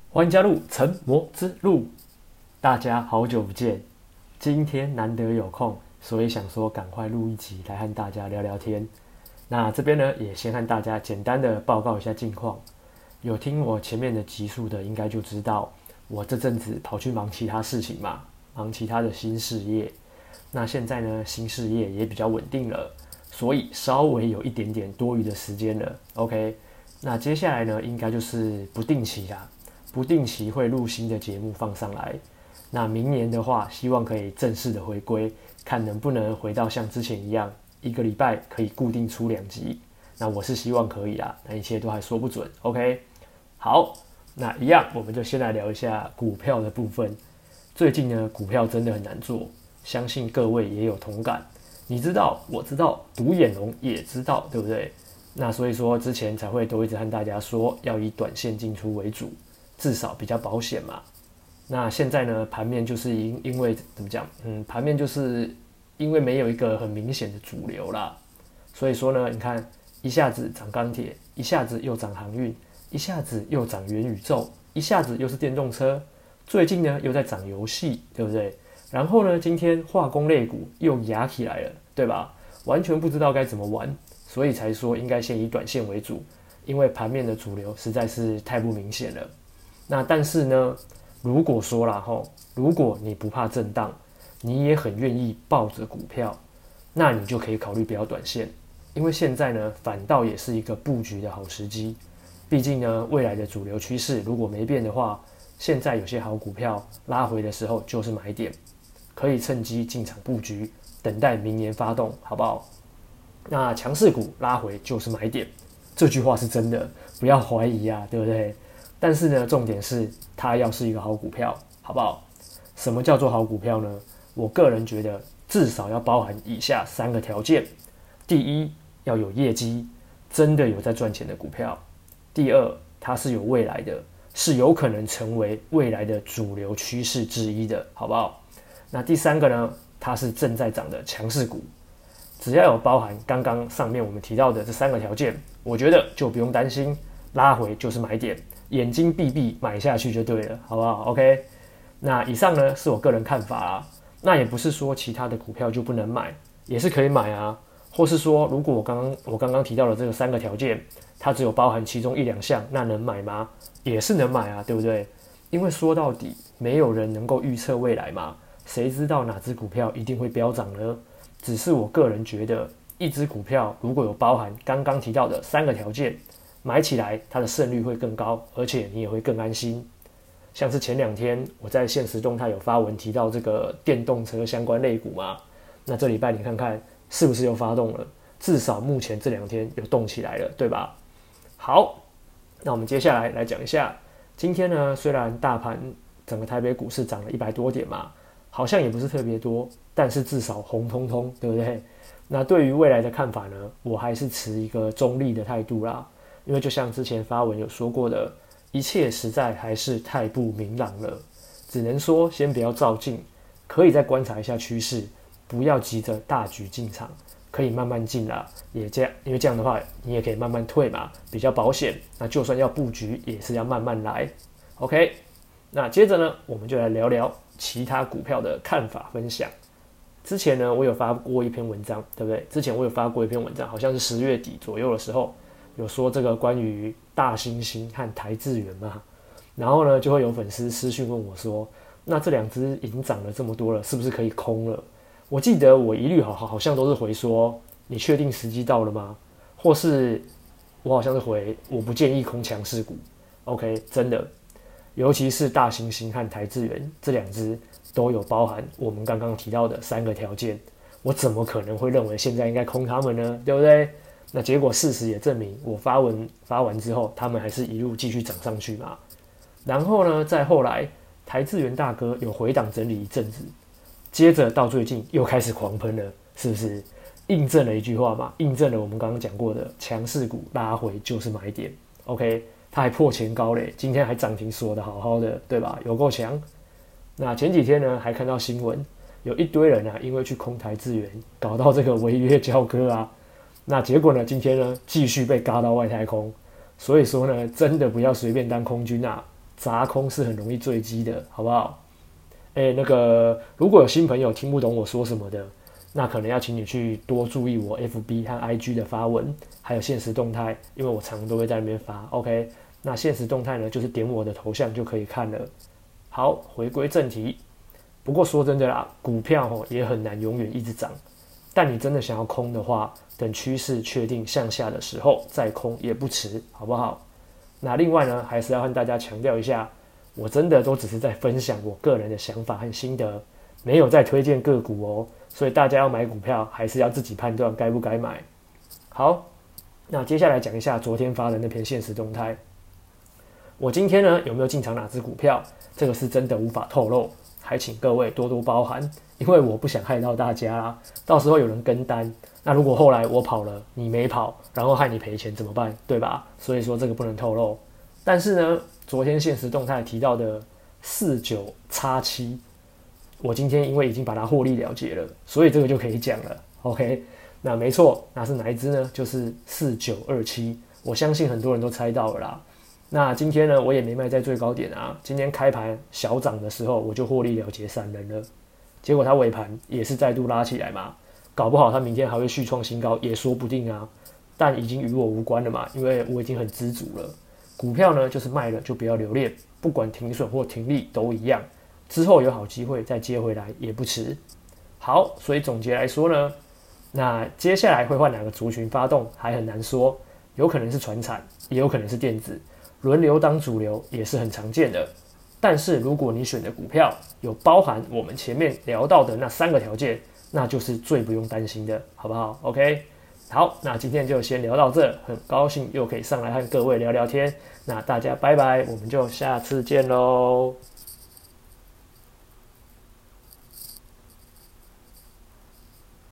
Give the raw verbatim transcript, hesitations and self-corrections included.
欢迎加入成魔之路。大家好久不见，今天难得有空，所以想说赶快录一集来和大家聊聊天。那这边呢，也先和大家简单的报告一下近况。有听我前面的集数的，应该就知道我这阵子跑去忙其他事情嘛，忙其他的新事业。那现在呢，新事业也比较稳定了，所以稍微有一点点多余的时间了。OK， 那接下来呢，应该就是不定期啦。不定期会录新的节目放上来，那明年的话，希望可以正式的回归，看能不能回到像之前一样，一个礼拜可以固定出两集。那我是希望可以啦，那一切都还说不准。OK， 好，那一样我们就先来聊一下股票的部分。最近呢，股票真的很难做，相信各位也有同感。你知道，我知道，独眼龙也知道，对不对？那所以说之前才会都一直和大家说，要以短线进出为主。至少比较保险嘛。那现在呢，盘面就是因因为怎么讲，嗯，盘面就是因为没有一个很明显的主流啦，所以说呢，你看一下子涨钢铁，一下子又涨航运，一下子又涨元宇宙，一下子又是电动车，最近呢又在涨游戏，对不对？然后呢，今天化工类股又压起来了，对吧？完全不知道该怎么玩，所以才说应该先以短线为主，因为盘面的主流实在是太不明显了。那但是呢，如果说啦齁，如果你不怕震荡，你也很愿意抱着股票，那你就可以考虑不要短线，因为现在呢，反倒也是一个布局的好时机。毕竟呢，未来的主流趋势如果没变的话，现在有些好股票拉回的时候就是买点，可以趁机进场布局，等待明年发动，好不好？那强势股拉回就是买点，这句话是真的，不要怀疑啊，对不对？但是呢，重点是它要是一个好股票，好不好？什么叫做好股票呢？我个人觉得至少要包含以下三个条件：第一，要有业绩，真的有在赚钱的股票；第二，它是有未来的，是有可能成为未来的主流趋势之一的，好不好？那第三个呢，它是正在涨的强势股。只要有包含刚刚上面我们提到的这三个条件，我觉得就不用担心，拉回就是买点。眼睛闭闭买下去就对了，好不好 ？OK， 那以上呢是我个人看法啦。那也不是说其他的股票就不能买，也是可以买啊。或是说，如果我刚刚我刚刚提到的这个三个条件，它只有包含其中一两项，那能买吗？也是能买啊，对不对？因为说到底，没有人能够预测未来嘛，谁知道哪只股票一定会飙涨呢？只是我个人觉得，一只股票如果有包含刚刚提到的三个条件，买起来它的胜率会更高，而且你也会更安心。像是前两天我在限时动态有发文提到这个电动车相关类股嘛，那这礼拜你看看是不是又发动了？至少目前这两天有动起来了，对吧？好，那我们接下来来讲一下，今天呢虽然大盘整个台北股市涨了一百多点嘛，好像也不是特别多，但是至少红彤彤，对不对？那对于未来的看法呢，我还是持一个中立的态度啦。因为就像之前发文有说过的，一切实在还是太不明朗了，只能说先不要照进，可以再观察一下趋势，不要急着大举进场，可以慢慢进啦。也这样，因为这样的话，你也可以慢慢退嘛，比较保险。那就算要布局，也是要慢慢来。OK， 那接着呢，我们就来聊聊其他股票的看法分享。之前呢，我有发过一篇文章，对不对？之前我有发过一篇文章，好像是十月底左右的时候。有说这个关于大猩猩和台智源嘛，然后呢就会有粉丝私讯问我说，那这两只已经涨了这么多了，是不是可以空了？我记得我一律好好像都是回说，你确定时机到了吗？或是我好像是回我不建议空强势股。OK， 真的，尤其是大猩猩和台智源这两只都有包含我们刚刚提到的三个条件，我怎么可能会认为现在应该空他们呢？对不对？那结果事实也证明，我发文发完之后，他们还是一路继续涨上去嘛。然后呢，再后来，台智源大哥有回档整理一阵子，接着到最近又开始狂喷了，是不是？印证了一句话嘛，印证了我们刚刚讲过的强势股拉回就是买点。OK， 它还破前高嘞，今天还涨停锁得好好的，对吧？有够强。那前几天呢，还看到新闻，有一堆人啊，因为去空台智源，搞到这个违约交割啊。那结果呢？今天呢，继续被嘎到外太空。所以说呢，真的不要随便当空军啊！ 砸空是很容易坠机的，好不好？哎，那个如果有新朋友听不懂我说什么的，那可能要请你去多注意我 F B 和 I G 的发文，还有限时动态，因为我常常都会在那边发。OK， 那限时动态呢，就是点我的头像就可以看了。好，回归正题。不过说真的啦，股票吼也很难永远一直涨，但你真的想要空的话，等趋势确定向下的时候再空也不迟，好不好？那另外呢，还是要和大家强调一下，我真的都只是在分享我个人的想法和心得，没有在推荐个股哦，所以大家要买股票还是要自己判断该不该买。好，那接下来讲一下昨天发的那篇限时动态。我今天呢有没有进场哪只股票，这个是真的无法透露，还请各位多多包涵，因为我不想害到大家啦，到时候有人跟单，那如果后来我跑了，你没跑，然后害你赔钱怎么办？对吧？所以说这个不能透露。但是呢，昨天限时动态提到的四九叉七，我今天因为已经把它获利了结了，所以这个就可以讲了。OK， 那没错，那是哪一支呢？就是四九二七，我相信很多人都猜到了啦。那今天呢，我也没卖在最高点啊。今天开盘小涨的时候，我就获利了结散人了。结果它尾盘也是再度拉起来嘛，搞不好它明天还会续创新高，也说不定啊。但已经与我无关了嘛，因为我已经很知足了。股票呢，就是卖了就不要留恋，不管停损或停利都一样。之后有好机会再接回来也不迟。好，所以总结来说呢，那接下来会换哪个族群发动还很难说，有可能是传产，也有可能是电子。轮流当主流也是很常见的，但是如果你选的股票有包含我们前面聊到的那三个条件，那就是最不用担心的，好不好 ？OK， 好，那今天就先聊到这，很高兴又可以上来和各位聊聊天，那大家拜拜，我们就下次见喽。